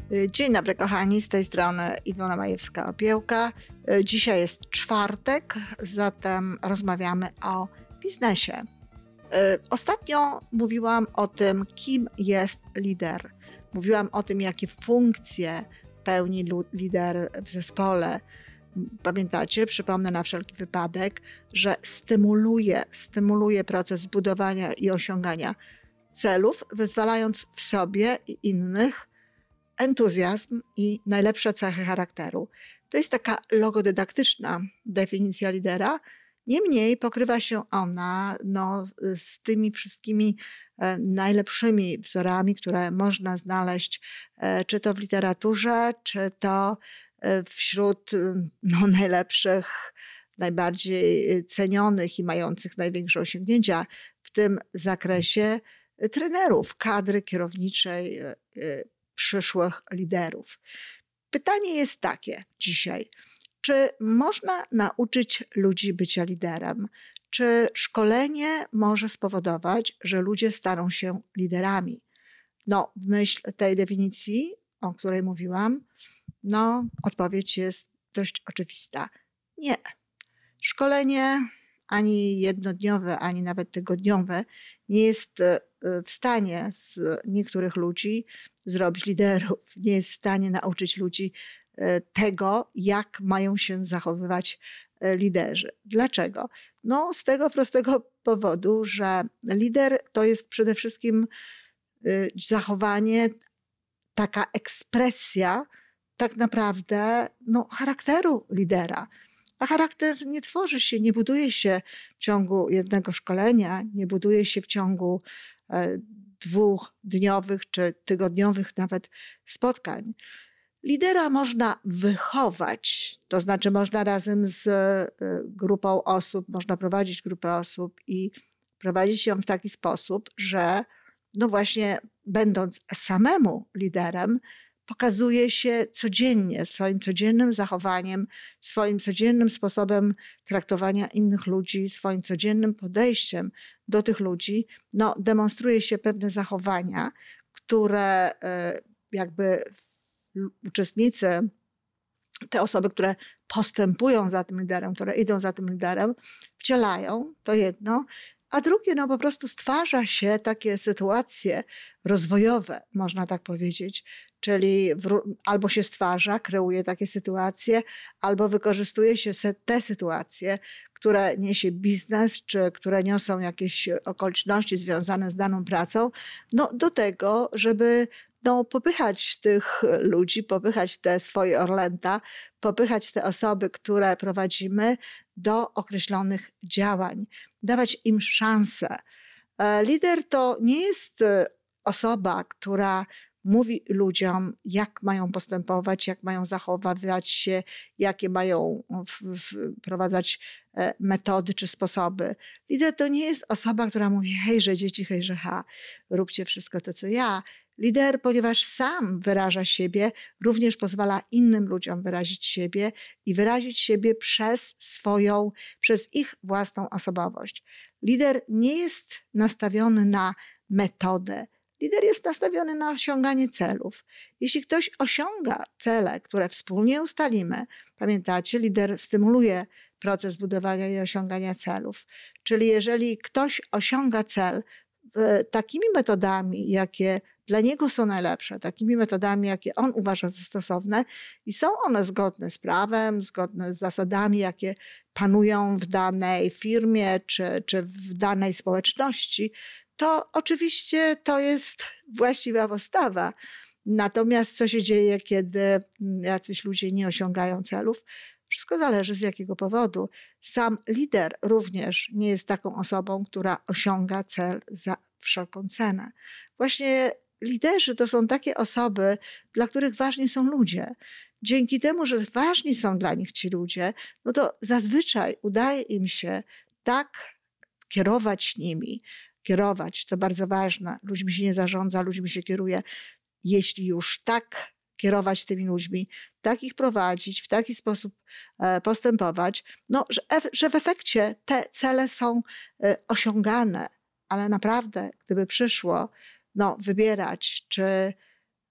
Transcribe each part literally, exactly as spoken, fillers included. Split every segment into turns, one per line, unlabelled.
Dzień dobry kochani, z tej strony Iwona Majewska-Opiełka. Dzisiaj jest czwartek, zatem rozmawiamy o biznesie. Ostatnio mówiłam o tym, kim jest lider. Mówiłam o tym, jakie funkcje pełni lider w zespole. Pamiętacie, przypomnę na wszelki wypadek, że stymuluje, stymuluje proces budowania i osiągania celów, wyzwalając w sobie i innych entuzjazm i najlepsze cechy charakteru. To jest taka logodydaktyczna definicja lidera. Niemniej pokrywa się ona no, z tymi wszystkimi e, najlepszymi wzorami, które można znaleźć e, czy to w literaturze, czy to e, wśród no, najlepszych, najbardziej cenionych i mających największe osiągnięcia w tym zakresie e, trenerów, kadry kierowniczej, e, e, przyszłych liderów. Pytanie jest takie dzisiaj. Czy można nauczyć ludzi bycia liderem? Czy szkolenie może spowodować, że ludzie staną się liderami? No, w myśl tej definicji, o której mówiłam, no, odpowiedź jest dość oczywista. Nie. Szkolenie ani jednodniowe, ani nawet tygodniowe nie jest w stanie z niektórych ludzi zrobić liderów. Nie jest w stanie nauczyć ludzi tego, jak mają się zachowywać liderzy. Dlaczego? No z tego prostego powodu, że lider to jest przede wszystkim zachowanie, taka ekspresja tak naprawdę no, charakteru lidera. A charakter nie tworzy się, nie buduje się w ciągu jednego szkolenia, nie buduje się w ciągu e, dwóch dniowych czy tygodniowych nawet spotkań. Lidera można wychować, to znaczy można razem z e, grupą osób, można prowadzić grupę osób i prowadzić ją w taki sposób, że no właśnie będąc samemu liderem, pokazuje się codziennie, swoim codziennym zachowaniem, swoim codziennym sposobem traktowania innych ludzi, swoim codziennym podejściem do tych ludzi, no, demonstruje się pewne zachowania, które jakby uczestnicy, te osoby, które postępują za tym liderem, które idą za tym liderem, wcielają, to jedno, a drugie, no po prostu stwarza się takie sytuacje rozwojowe, można tak powiedzieć, czyli w, albo się stwarza, kreuje takie sytuacje, albo wykorzystuje się te sytuacje, które niesie biznes, czy które niosą jakieś okoliczności związane z daną pracą, no do tego, żeby no, popychać tych ludzi, popychać te swoje orlęta, popychać te osoby, które prowadzimy do określonych działań, dawać im szansę. Lider to nie jest osoba, która mówi ludziom, jak mają postępować, jak mają zachowywać się, jakie mają wprowadzać metody czy sposoby. Lider to nie jest osoba, która mówi hejże dzieci, hejże ha, róbcie wszystko to, co ja. Lider, ponieważ sam wyraża siebie, również pozwala innym ludziom wyrazić siebie i wyrazić siebie przez swoją, przez ich własną osobowość. Lider nie jest nastawiony na metodę. Lider jest nastawiony na osiąganie celów. Jeśli ktoś osiąga cele, które wspólnie ustalimy, pamiętacie, lider stymuluje proces budowania i osiągania celów. Czyli jeżeli ktoś osiąga cel takimi metodami, jakie dla niego są najlepsze, takimi metodami, jakie on uważa za stosowne i są one zgodne z prawem, zgodne z zasadami, jakie panują w danej firmie czy, czy w danej społeczności, to oczywiście to jest właściwa postawa. Natomiast co się dzieje, kiedy jacyś ludzie nie osiągają celów? Wszystko zależy z jakiego powodu. Sam lider również nie jest taką osobą, która osiąga cel za wszelką cenę. Właśnie liderzy to są takie osoby, dla których ważni są ludzie. Dzięki temu, że ważni są dla nich ci ludzie, no to zazwyczaj udaje im się tak kierować nimi. Kierować, to bardzo ważne. Ludźmi się nie zarządza, ludźmi się kieruje. Jeśli już tak kierować tymi ludźmi, tak ich prowadzić, w taki sposób postępować, no, że, że w efekcie te cele są osiągane. Ale naprawdę, gdyby przyszło no, wybierać, czy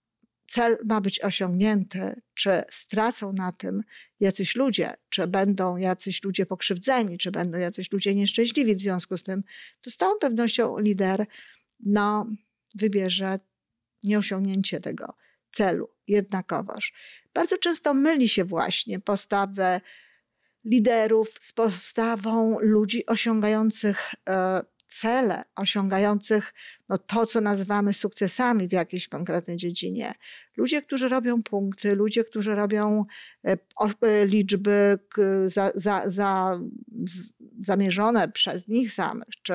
cel ma być osiągnięty, czy stracą na tym jacyś ludzie, czy będą jacyś ludzie pokrzywdzeni, czy będą jacyś ludzie nieszczęśliwi w związku z tym, to z całą pewnością lider no, wybierze nieosiągnięcie tego celu jednakowoż. Bardzo często myli się właśnie postawę liderów z postawą ludzi osiągających e, cele, osiągających no, to, co nazywamy sukcesami w jakiejś konkretnej dziedzinie. Ludzie, którzy robią punkty, ludzie, którzy robią e, o, e, liczby k, za, za, za, z, zamierzone przez nich samych, czy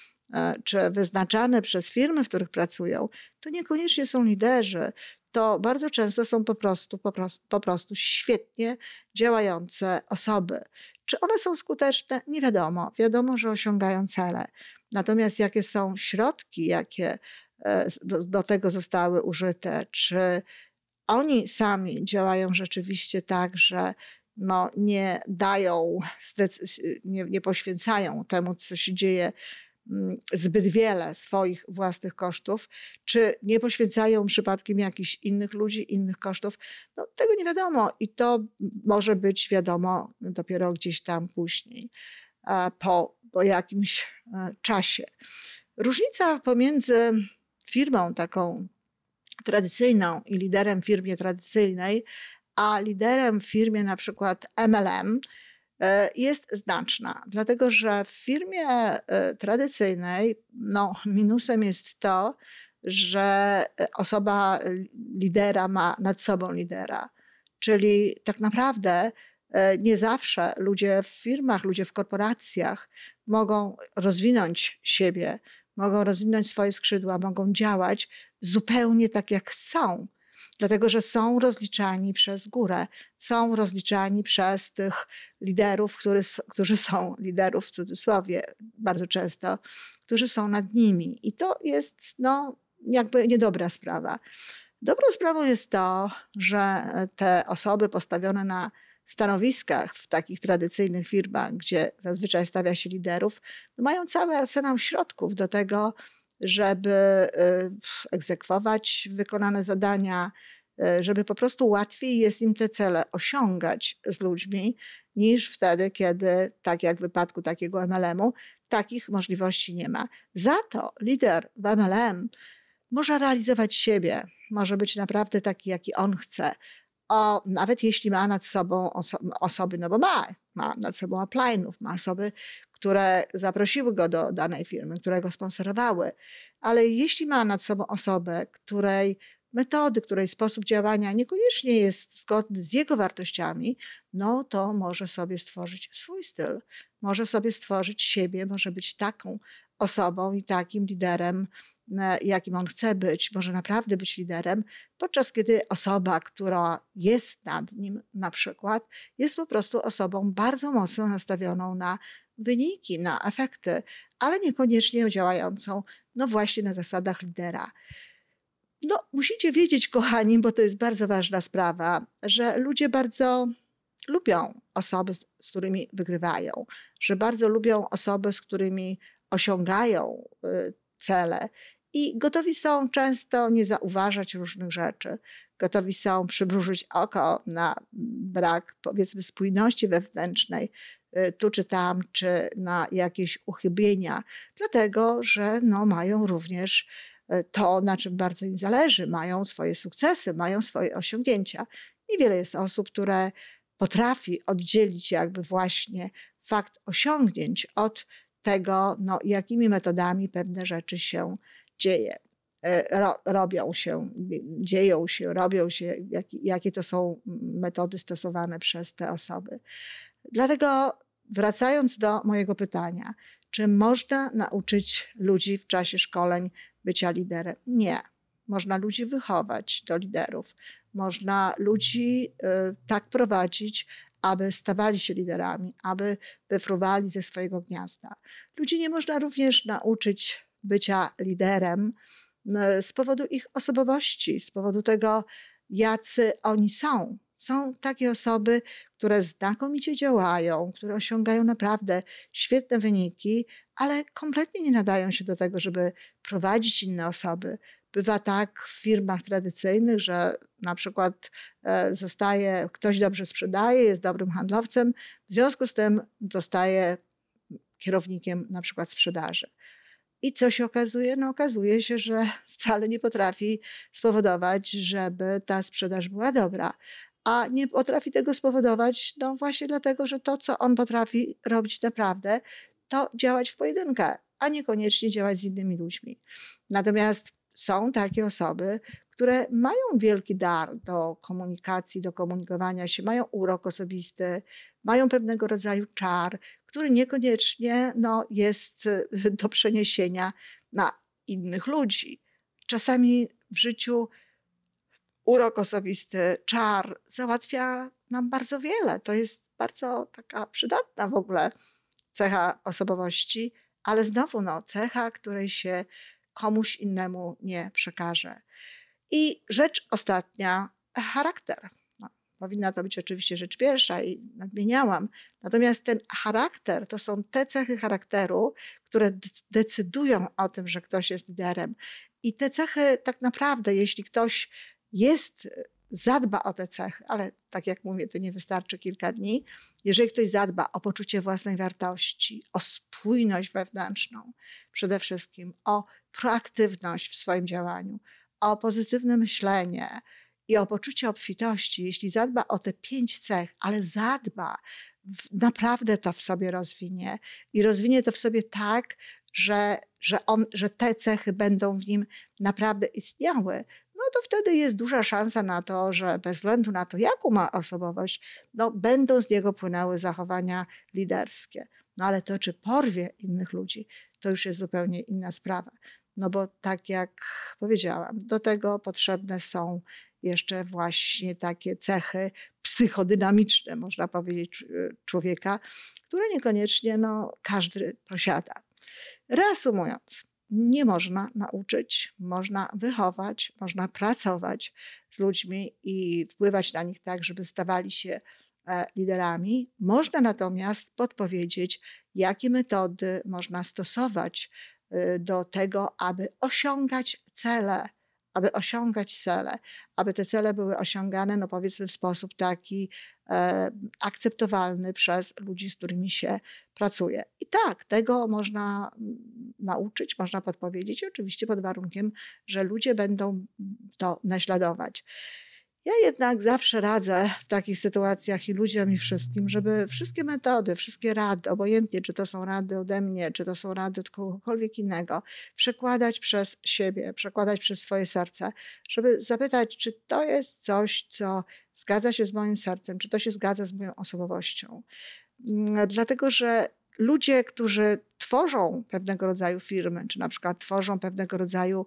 czy wyznaczane przez firmy, w których pracują, to niekoniecznie są liderzy. To bardzo często są po prostu, po prostu, po prostu świetnie działające osoby. Czy one są skuteczne? Nie wiadomo. Wiadomo, że osiągają cele. Natomiast jakie są środki, jakie do, do tego zostały użyte, czy oni sami działają rzeczywiście tak, że no, nie dają, nie, nie poświęcają temu, co się dzieje, zbyt wiele swoich własnych kosztów, czy nie poświęcają przypadkiem jakichś innych ludzi, innych kosztów, no tego nie wiadomo i to może być wiadomo dopiero gdzieś tam później, po, po jakimś czasie. Różnica pomiędzy firmą taką tradycyjną i liderem w firmie tradycyjnej, a liderem w firmie na przykład M L M, jest znaczna, dlatego że w firmie tradycyjnej no, minusem jest to, że osoba lidera ma nad sobą lidera. Czyli tak naprawdę nie zawsze ludzie w firmach, ludzie w korporacjach mogą rozwinąć siebie, mogą rozwinąć swoje skrzydła, mogą działać zupełnie tak jak chcą. Dlatego, że są rozliczani przez górę, są rozliczani przez tych liderów, który, którzy są liderów w cudzysłowie bardzo często, którzy są nad nimi. I to jest no, jakby niedobra sprawa. Dobrą sprawą jest to, że te osoby postawione na stanowiskach w takich tradycyjnych firmach, gdzie zazwyczaj stawia się liderów, no mają cały arsenał środków do tego, żeby egzekwować wykonane zadania, żeby po prostu łatwiej jest im te cele osiągać z ludźmi, niż wtedy, kiedy, tak jak w wypadku takiego M L M-u, takich możliwości nie ma. Za to lider w M L M może realizować siebie, może być naprawdę taki, jaki on chce. O, nawet jeśli ma nad sobą oso- osoby, no bo ma, ma nad sobą upline'ów, ma osoby, które zaprosiły go do danej firmy, które go sponsorowały. Ale jeśli ma nad sobą osobę, której metody, której sposób działania niekoniecznie jest zgodny z jego wartościami, no to może sobie stworzyć swój styl. Może sobie stworzyć siebie, może być taką osobą i takim liderem, jakim on chce być, może naprawdę być liderem, podczas kiedy osoba, która jest nad nim na przykład, jest po prostu osobą bardzo mocno nastawioną na wyniki, na efekty, ale niekoniecznie działającą no właśnie na zasadach lidera. No, musicie wiedzieć, kochani, bo to jest bardzo ważna sprawa, że ludzie bardzo lubią osoby, z którymi wygrywają, że bardzo lubią osoby, z którymi osiągają cele i gotowi są często nie zauważać różnych rzeczy. Gotowi są przymrużyć oko na brak, powiedzmy, spójności wewnętrznej tu czy tam, czy na jakieś uchybienia, dlatego że no, mają również to, na czym bardzo im zależy, mają swoje sukcesy, mają swoje osiągnięcia. Niewiele jest osób, które potrafi oddzielić jakby właśnie fakt osiągnięć od tego, no, jakimi metodami pewne rzeczy się dzieje, ro, robią się, dzieją się, robią się, jak, jakie to są metody stosowane przez te osoby. Dlatego wracając do mojego pytania, czy można nauczyć ludzi w czasie szkoleń bycia liderem? Nie. Można ludzi wychować do liderów. Można ludzi y, tak prowadzić, aby stawali się liderami, aby wyfruwali ze swojego gniazda. Ludzi nie można również nauczyć bycia liderem y, z powodu ich osobowości, z powodu tego, jacy oni są, Są takie osoby, które znakomicie działają, które osiągają naprawdę świetne wyniki, ale kompletnie nie nadają się do tego, żeby prowadzić inne osoby. Bywa tak w firmach tradycyjnych, że na przykład e, zostaje, ktoś dobrze sprzedaje, jest dobrym handlowcem, w związku z tym zostaje kierownikiem na przykład sprzedaży. I co się okazuje? No okazuje się, że wcale nie potrafi spowodować, żeby ta sprzedaż była dobra. A nie potrafi tego spowodować no właśnie dlatego, że to, co on potrafi robić naprawdę, to działać w pojedynkę, a niekoniecznie działać z innymi ludźmi. Natomiast są takie osoby, które mają wielki dar do komunikacji, do komunikowania się, mają urok osobisty, mają pewnego rodzaju czar, który niekoniecznie no, jest do przeniesienia na innych ludzi. Czasami w życiu urok osobisty, czar załatwia nam bardzo wiele. To jest bardzo taka przydatna w ogóle cecha osobowości, ale znowu no, cecha, której się komuś innemu nie przekaże. I rzecz ostatnia, charakter. No, powinna to być oczywiście rzecz pierwsza i nadmieniałam. Natomiast ten charakter to są te cechy charakteru, które decydują o tym, że ktoś jest liderem. I te cechy tak naprawdę, jeśli ktoś jest, zadba o te cechy, ale tak jak mówię, to nie wystarczy kilka dni. Jeżeli ktoś zadba o poczucie własnej wartości, o spójność wewnętrzną, przede wszystkim o proaktywność w swoim działaniu, o pozytywne myślenie i o poczucie obfitości, jeśli zadba o te pięć cech, ale zadba, naprawdę to w sobie rozwinie i rozwinie to w sobie tak, że, że, on, że te cechy będą w nim naprawdę istniały, no to wtedy jest duża szansa na to, że bez względu na to, jaką ma osobowość, no będą z niego płynęły zachowania liderskie. No ale to, czy porwie innych ludzi, to już jest zupełnie inna sprawa. No bo tak jak powiedziałam, do tego potrzebne są jeszcze właśnie takie cechy psychodynamiczne, można powiedzieć, człowieka, które niekoniecznie no, każdy posiada. Reasumując, nie można nauczyć, można wychować, można pracować z ludźmi i wpływać na nich tak, żeby stawali się liderami. Można natomiast podpowiedzieć, jakie metody można stosować do tego, aby osiągać cele, aby osiągać cele, aby te cele były osiągane, no powiedzmy w sposób taki e, akceptowalny przez ludzi, z którymi się pracuje. I tak, tego można nauczyć, można podpowiedzieć, oczywiście pod warunkiem, że ludzie będą to naśladować. Ja jednak zawsze radzę w takich sytuacjach i ludziom i wszystkim, żeby wszystkie metody, wszystkie rady, obojętnie czy to są rady ode mnie, czy to są rady od kogokolwiek innego, przekładać przez siebie, przekładać przez swoje serce, żeby zapytać, czy to jest coś, co zgadza się z moim sercem, czy to się zgadza z moją osobowością. Dlatego, że ludzie, którzy tworzą pewnego rodzaju firmy, czy na przykład tworzą pewnego rodzaju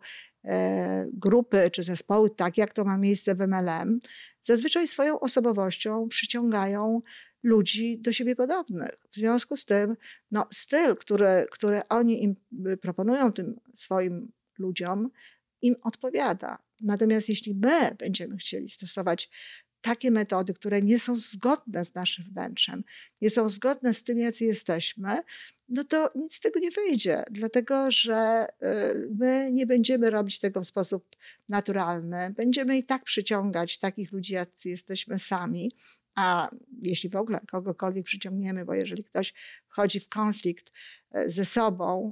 e, grupy czy zespoły, tak jak to ma miejsce w M L M, zazwyczaj swoją osobowością przyciągają ludzi do siebie podobnych. W związku z tym no, styl, który, który oni im proponują tym swoim ludziom, im odpowiada. Natomiast jeśli my będziemy chcieli stosować takie metody, które nie są zgodne z naszym wnętrzem, nie są zgodne z tym, jacy jesteśmy, no to nic z tego nie wyjdzie, dlatego że my nie będziemy robić tego w sposób naturalny. Będziemy i tak przyciągać takich ludzi, jacy jesteśmy sami, a jeśli w ogóle kogokolwiek przyciągniemy, bo jeżeli ktoś wchodzi w konflikt ze sobą,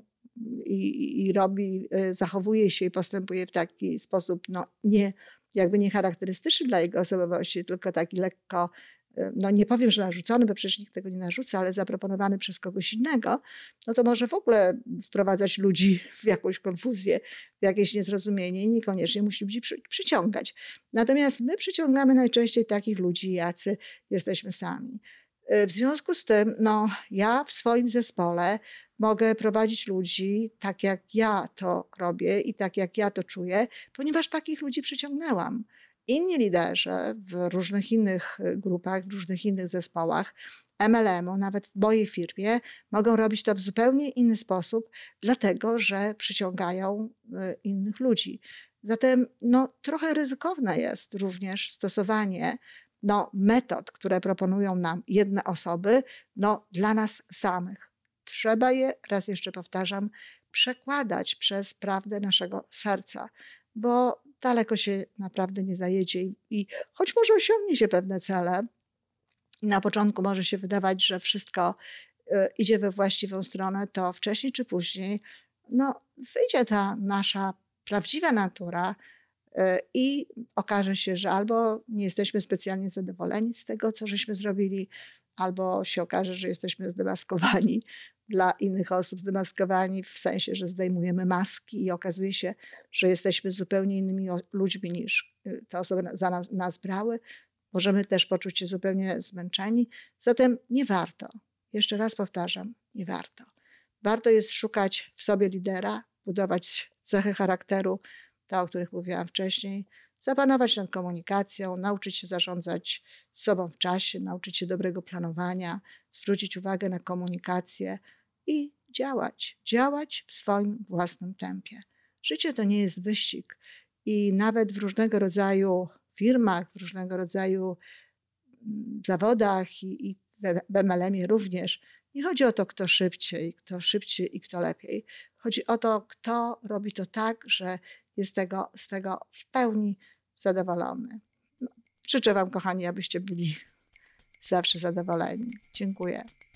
I, i robi, zachowuje się i postępuje w taki sposób no, nie, jakby nie charakterystyczny dla jego osobowości, tylko taki lekko, no nie powiem, że narzucony, bo przecież nikt tego nie narzuca, ale zaproponowany przez kogoś innego, no to może w ogóle wprowadzać ludzi w jakąś konfuzję, w jakieś niezrozumienie i niekoniecznie musi ludzi przy, przyciągać. Natomiast my przyciągamy najczęściej takich ludzi, jacy jesteśmy sami. W związku z tym, no, ja w swoim zespole mogę prowadzić ludzi tak, jak ja to robię i tak, jak ja to czuję, ponieważ takich ludzi przyciągnęłam. Inni liderzy w różnych innych grupach, w różnych innych zespołach M L M-u, nawet w mojej firmie, mogą robić to w zupełnie inny sposób, dlatego że przyciągają innych ludzi. Zatem no, trochę ryzykowne jest również stosowanie no, metod, które proponują nam jedne osoby, no, dla nas samych. Trzeba je, raz jeszcze powtarzam, przekładać przez prawdę naszego serca, bo daleko się naprawdę nie zajedzie i, i choć może osiągnie się pewne cele, i na początku może się wydawać, że wszystko y, idzie we właściwą stronę, to wcześniej czy później no, wyjdzie ta nasza prawdziwa natura y, i okaże się, że albo nie jesteśmy specjalnie zadowoleni z tego, co żeśmy zrobili, albo się okaże, że jesteśmy zdemaskowani dla innych osób, zdemaskowani w sensie, że zdejmujemy maski i okazuje się, że jesteśmy zupełnie innymi o- ludźmi niż y, te osoby na- za nas, nas brały. Możemy też poczuć się zupełnie zmęczeni. Zatem nie warto, jeszcze raz powtarzam, nie warto. Warto jest szukać w sobie lidera, budować cechy charakteru, te, o których mówiłam wcześniej, zapanować nad komunikacją, nauczyć się zarządzać sobą w czasie, nauczyć się dobrego planowania, zwrócić uwagę na komunikację i działać. Działać w swoim własnym tempie. Życie to nie jest wyścig i nawet w różnego rodzaju firmach, w różnego rodzaju mm, zawodach i, i we- w em el emie również. Nie chodzi o to, kto szybciej, kto szybciej i kto lepiej. Chodzi o to, kto robi to tak, że jest tego, z tego w pełni zadowolony. No, życzę Wam, kochani, abyście byli zawsze zadowoleni. Dziękuję.